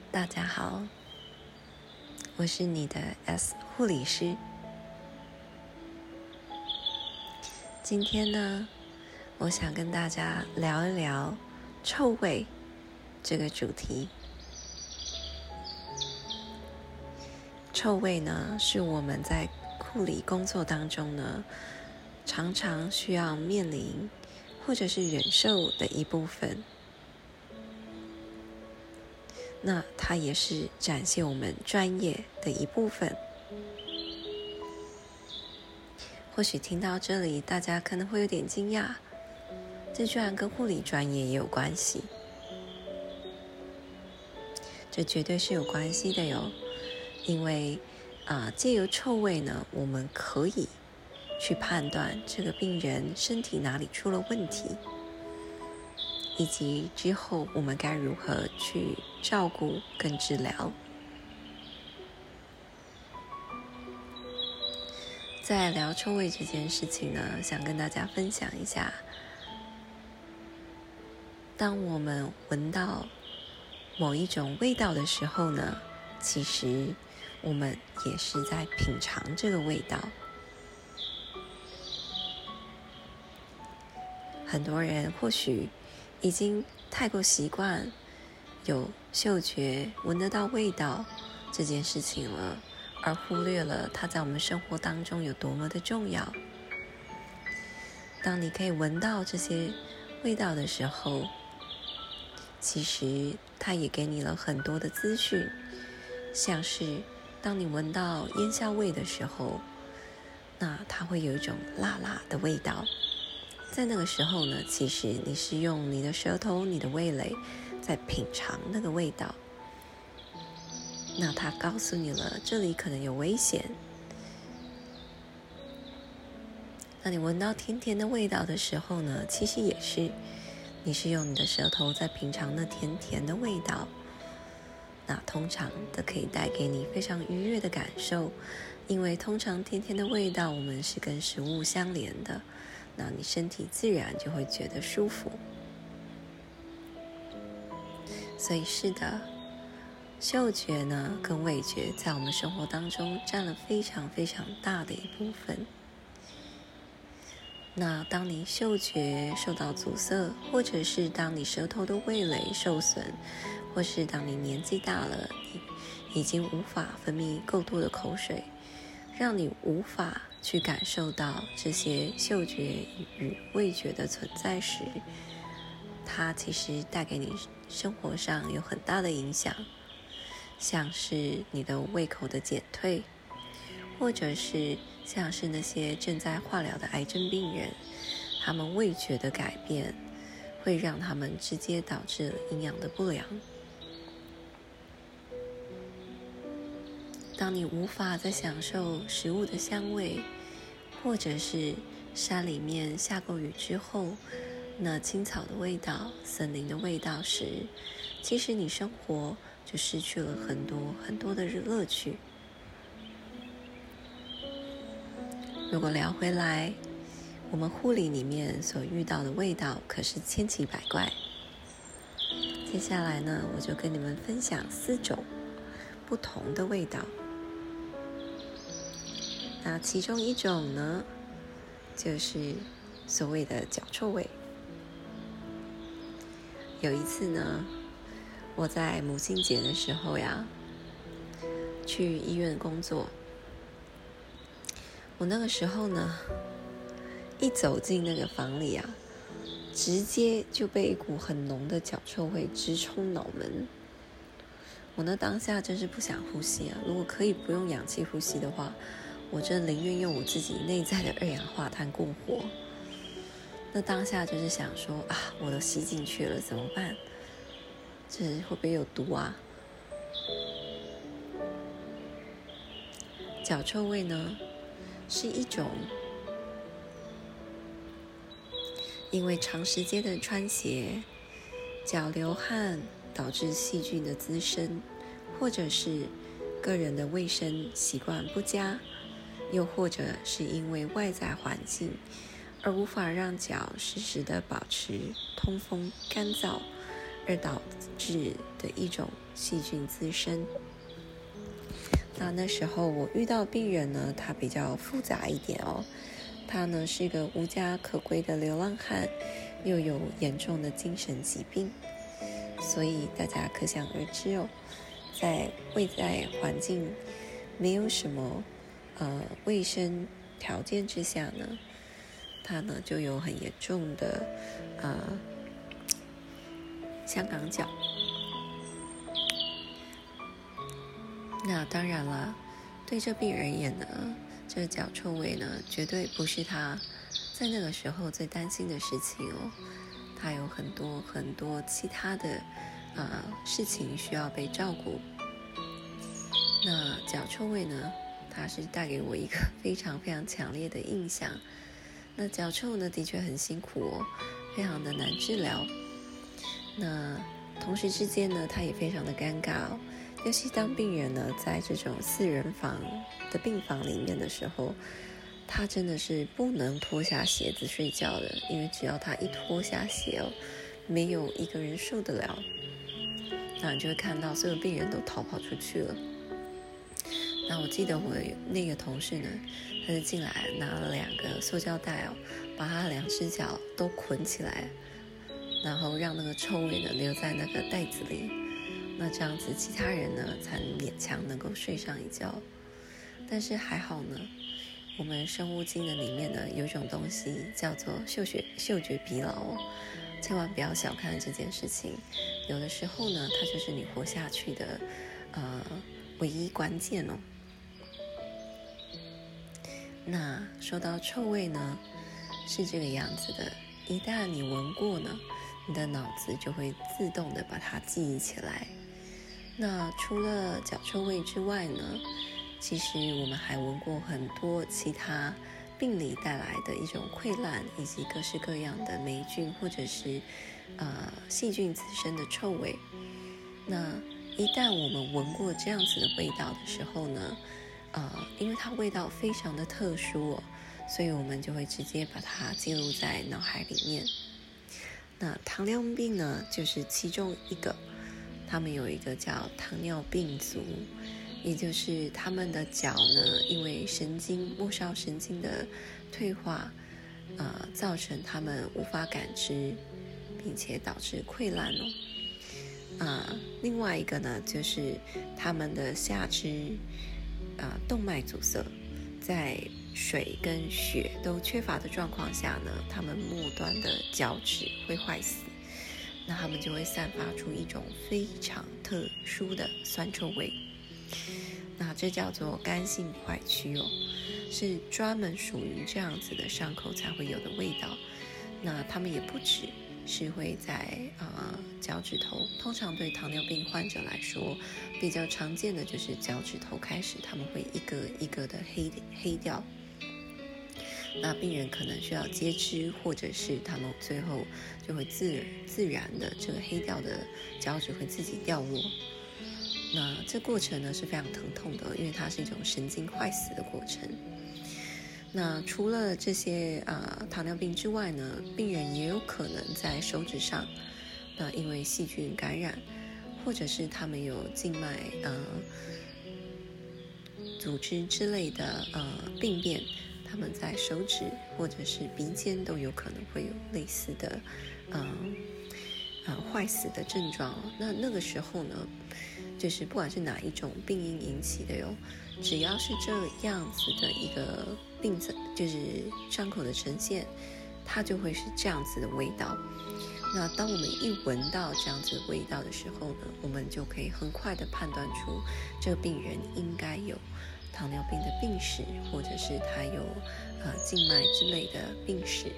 大家好，我是你的 S 护理师。今天呢，我想跟大家聊一聊臭味这个主题。臭味呢，是我们在护理工作当中呢，常常需要面临或者是忍受的一部分。那它也是展现我们专业的一部分。或许听到这里，大家可能会有点惊讶，这居然跟护理专业也有关系。这绝对是有关系的哟，因为借由臭味呢，我们可以去判断这个病人身体哪里出了问题，以及之后我们该如何去照顾跟治疗。在聊臭味这件事情呢，想跟大家分享一下，当我们闻到某一种味道的时候呢，其实我们也是在品尝这个味道。很多人或许已经太过习惯有嗅觉闻得到味道这件事情了，而忽略了它在我们生活当中有多么的重要。当你可以闻到这些味道的时候，其实它也给你了很多的资讯，像是当你闻到烟硝味的时候，那它会有一种辣辣的味道。在那个时候呢，其实你是用你的舌头、你的味蕾在品尝那个味道。那它告诉你了，这里可能有危险。那你闻到甜甜的味道的时候呢，其实也是，你是用你的舌头在品尝那甜甜的味道。那通常都可以带给你非常愉悦的感受，因为通常甜甜的味道我们是跟食物相连的，那你身体自然就会觉得舒服。所以是的，嗅觉呢跟味觉在我们生活当中占了非常非常大的一部分。那当你嗅觉受到阻塞，或者是当你舌头的味蕾受损，或是当你年纪大了，你已经无法分泌够多的口水，让你无法去感受到这些嗅觉与味觉的存在时，它其实带给你生活上有很大的影响，像是你的胃口的减退，或者是像是那些正在化疗的癌症病人，他们味觉的改变会让他们直接导致营养的不良。当你无法再享受食物的香味，或者是山里面下过雨之后那青草的味道、森林的味道时，其实你生活就失去了很多很多的乐趣。如果聊回来，我们护理里面所遇到的味道可是千奇百怪。接下来呢，我就跟你们分享4种不同的味道。那其中一种呢，就是所谓的脚臭味。有一次呢，我在母亲节的时候呀，去医院工作。我那个时候呢，一走进那个房里啊，直接就被一股很浓的脚臭味直冲脑门。我那当下真是不想呼吸啊！如果可以不用氧气呼吸的话，我真宁愿用我自己内在的2氧化碳过活。那当下就是想说我都吸进去了怎么办？这会不会有毒啊？脚臭味呢，是一种因为长时间的穿鞋、脚流汗导致细菌的滋生，或者是个人的卫生习惯不佳，又或者是因为外在环境而无法让脚适时的保持通风干燥， 而导致的一种细菌滋生。那时候我遇到病人呢，他比较复杂一点哦，他呢是一个无家可归的流浪汉，又有严重的精神疾病，所以大家可想而知哦，在外在环境没有什么卫生条件之下呢，他呢就有很严重的香港脚。那当然了，对这病人而言呢，这脚臭味呢绝对不是他在那个时候最担心的事情哦，他有很多很多其他的事情需要被照顾。那脚臭味呢，它是带给我一个非常非常强烈的印象。那脚臭呢的确很辛苦哦，非常的难治疗。那同时之间呢，它也非常的尴尬哦，尤其当病人呢在这种4人房的病房里面的时候，他真的是不能脱下鞋子睡觉的，因为只要他一脱下鞋哦，没有一个人受得了。那你就会看到所有病人都逃跑出去了。那我记得我那个同事呢，他就进来拿了2个塑胶袋哦，把他2只脚都捆起来，然后让那个臭味呢留在那个袋子里。那这样子其他人呢才勉强能够睡上一觉。但是还好呢，我们生物机能里面呢有一种东西叫做嗅觉疲劳哦，千万不要小看这件事情。有的时候呢，它就是你活下去的唯一关键哦。那说到臭味呢，是这个样子的，一旦你闻过呢，你的脑子就会自动的把它记忆起来。那除了脚臭味之外呢，其实我们还闻过很多其他病理带来的一种溃烂，以及各式各样的霉菌或者是细菌滋生的臭味。那一旦我们闻过这样子的味道的时候呢，因为它味道非常的特殊哦，所以我们就会直接把它记录在脑海里面。那糖尿病呢，就是其中一个。他们有一个叫糖尿病足，也就是他们的脚呢，因为末梢神经的退化，造成他们无法感知，并且导致溃烂哦。另外一个呢，就是他们的下肢动脉阻塞，在水跟血都缺乏的状况下呢，他们末端的脚趾会坏死。那他们就会散发出一种非常特殊的酸臭味，那这叫做干性坏疽哦，是专门属于这样子的伤口才会有的味道。那他们也不只是会在脚趾头，通常对糖尿病患者来说，比较常见的就是脚趾头开始他们会一个一个的黑掉。那病人可能需要截肢，或者是他们最后就会自然的这个黑掉的脚趾会自己掉落。那这过程呢是非常疼痛的，因为它是一种神经坏死的过程。那除了这些糖尿病之外呢，病人也有可能在手指上，那因为细菌感染，或者是他们有静脉组织之类的病变，他们在手指或者是鼻尖都有可能会有类似的坏死的症状。那个时候呢，就是不管是哪一种病因引起的哟，只要是这样子的一个病症，就是伤口的呈现，它就会是这样子的味道。那当我们一闻到这样子的味道的时候呢，我们就可以很快的判断出这个病人应该有糖尿病的病史，或者是他有静脉之类的病史。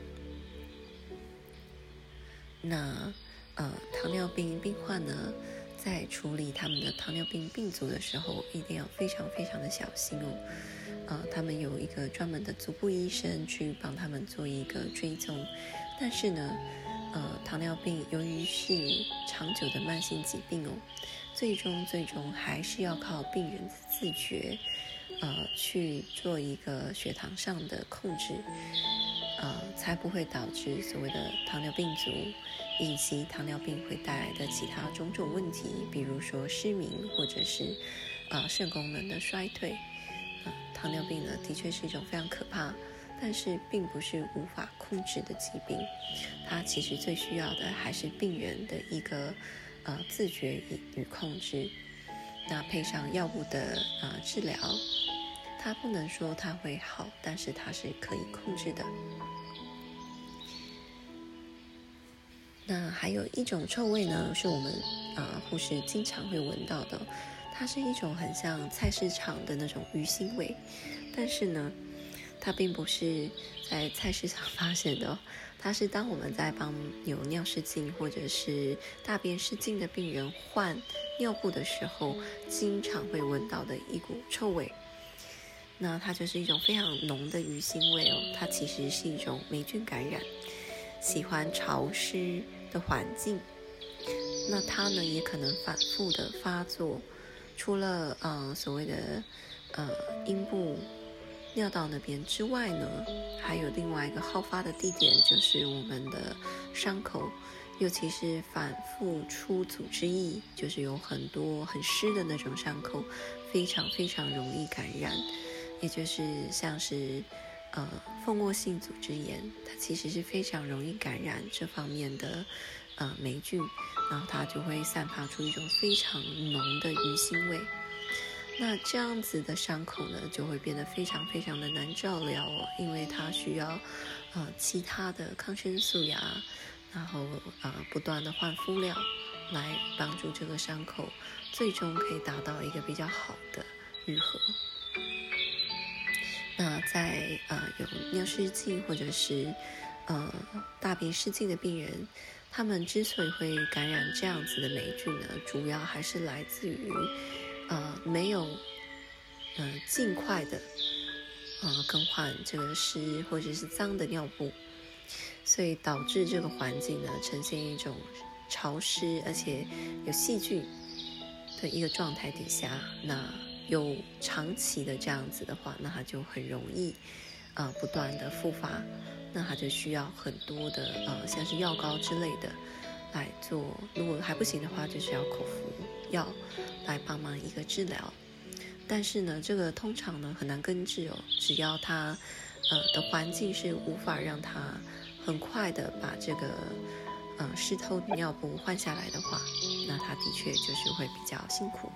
那糖尿病病患呢，在处理他们的糖尿病病足的时候，一定要非常非常的小心哦。他们有一个专门的足部医生去帮他们做一个追踪。但是呢，糖尿病由于是长久的慢性疾病哦，最终还是要靠病人的自觉，去做一个血糖上的控制。 才不会导致所谓的糖尿病足，以及糖尿病会带来的其他种种问题，比如说失明或者是肾功能的衰退。糖尿病呢，的确是一种非常可怕，但是并不是无法控制的疾病。它其实最需要的还是病人的一个自觉与控制。那配上药物的治疗，它不能说它会好，但是它是可以控制的。那还有一种臭味呢，是我们护士经常会闻到的，它是一种很像菜市场的那种鱼腥味，但是呢，它并不是在菜市场发现的它是当我们在帮有尿失禁或者是大便失禁的病人换尿布的时候，经常会闻到的一股臭味。那它就是一种非常浓的鱼腥味它其实是一种霉菌感染，喜欢潮湿的环境。那它呢也可能反复的发作，除了所谓的阴部尿道那边之外呢，还有另外一个好发的地点，就是我们的伤口，尤其是反复出组织液，就是有很多很湿的那种伤口，非常非常容易感染，也就是像是蜂窝性组织炎，它其实是非常容易感染这方面的霉菌，然后它就会散发出一种非常浓的鱼腥味。那这样子的伤口呢，就会变得非常非常的难照料因为它需要其他的抗生素呀，然后不断的换敷料来帮助这个伤口最终可以达到一个比较好的愈合。那在有尿失禁或者是大便失禁的病人，他们之所以会感染这样子的霉菌呢，主要还是来自于没有尽快的更换这个湿或者是脏的尿布，所以导致这个环境呢呈现一种潮湿而且有细菌的一个状态底下，那有长期的这样子的话，那它就很容易不断的复发，那它就需要很多的像是药膏之类的来做，如果还不行的话，就是要口服药来帮忙一个治疗。但是呢，这个通常呢很难根治只要它的环境是无法让它很快的把这个湿透的尿布换下来的话，那它的确就是会比较辛苦。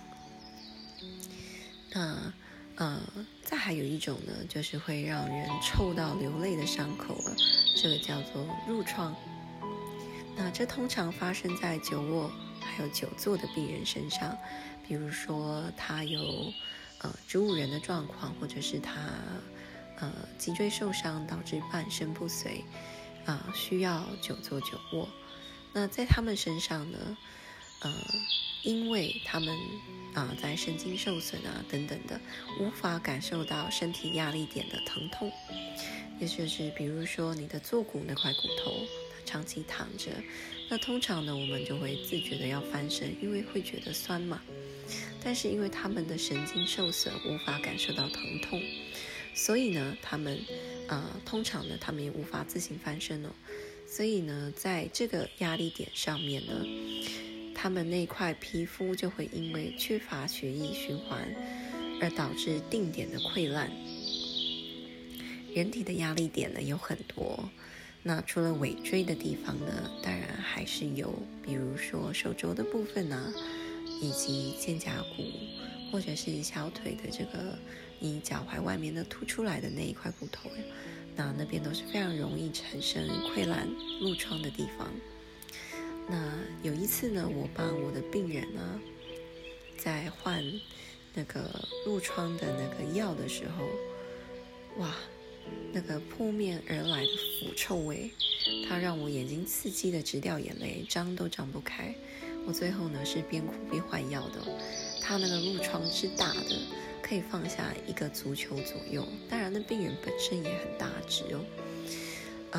那再还有一种呢，就是会让人臭到流泪的伤口这个叫做褥疮。那这通常发生在久卧还有久坐的病人身上，比如说他有植物人的状况，或者是他脊椎受伤导致半身不遂需要久坐久卧。那在他们身上呢因为他们在神经受损等等的，无法感受到身体压力点的疼痛，也就是比如说你的坐骨那块骨头它长期躺着，那通常呢我们就会自觉的要翻身，因为会觉得酸嘛。但是因为他们的神经受损无法感受到疼痛，所以呢他们通常呢他们也无法自行翻身所以呢在这个压力点上面呢，他们那块皮肤就会因为缺乏血液循环而导致定点的溃烂。人体的压力点呢有很多，那除了尾椎的地方呢，当然还是有，比如说手肘的部分以及肩胛骨或者是小腿的这个你脚踝外面的凸出来的那一块骨头那边都是非常容易产生溃烂褥疮的地方。那有一次呢，我帮我的病人在换那个褥疮的那个药的时候，哇，那个扑面而来的腐臭味，它让我眼睛刺激的直掉眼泪，张都张不开。我最后呢是边哭边换药的它那个褥疮之大的，可以放下一个足球左右，当然那病人本身也很大只但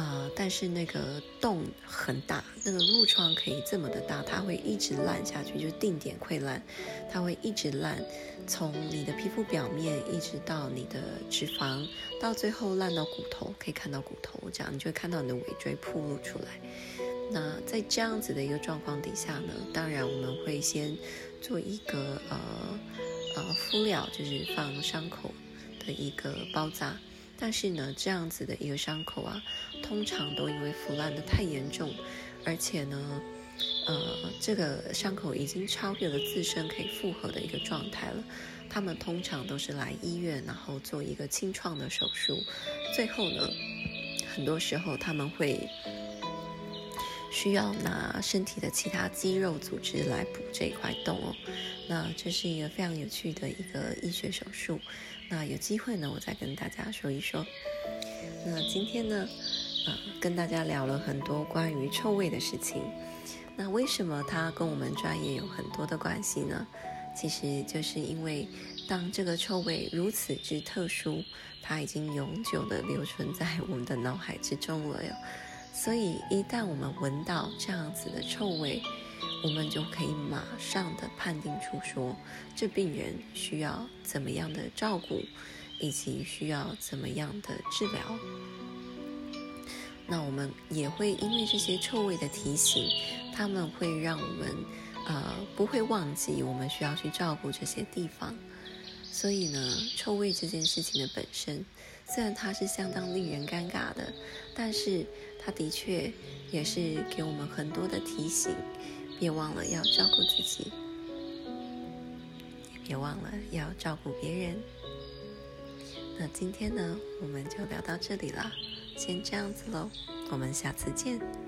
但是那个洞很大，那个褥疮可以这么的大，它会一直烂下去，就是定点溃烂，它会一直烂，从你的皮肤表面一直到你的脂肪，到最后烂到骨头，可以看到骨头，这样你就会看到你的尾椎暴露出来。那在这样子的一个状况底下呢，当然我们会先做一个敷料，就是放伤口的一个包扎。但是呢，这样子的一个伤口啊，通常都因为腐烂的太严重，而且呢，这个伤口已经超越了自身可以负荷的一个状态了。他们通常都是来医院，然后做一个清创的手术，最后呢，很多时候他们会需要拿身体的其他肌肉组织来补这一块洞哦。那这是一个非常有趣的一个医学手术。那有机会呢，我再跟大家说一说。那今天呢，跟大家聊了很多关于臭味的事情。那为什么它跟我们专业有很多的关系呢？其实就是因为当这个臭味如此之特殊，它已经永久的留存在我们的脑海之中了哟。所以一旦我们闻到这样子的臭味，我们就可以马上的判定出说，这病人需要怎么样的照顾，以及需要怎么样的治疗。那我们也会因为这些臭味的提醒，他们会让我们不会忘记我们需要去照顾这些地方。所以呢，臭味这件事情的本身，虽然它是相当令人尴尬的，但是它的确也是给我们很多的提醒，别忘了要照顾自己，也别忘了要照顾别人。那今天呢，我们就聊到这里了，先这样子咯，我们下次见。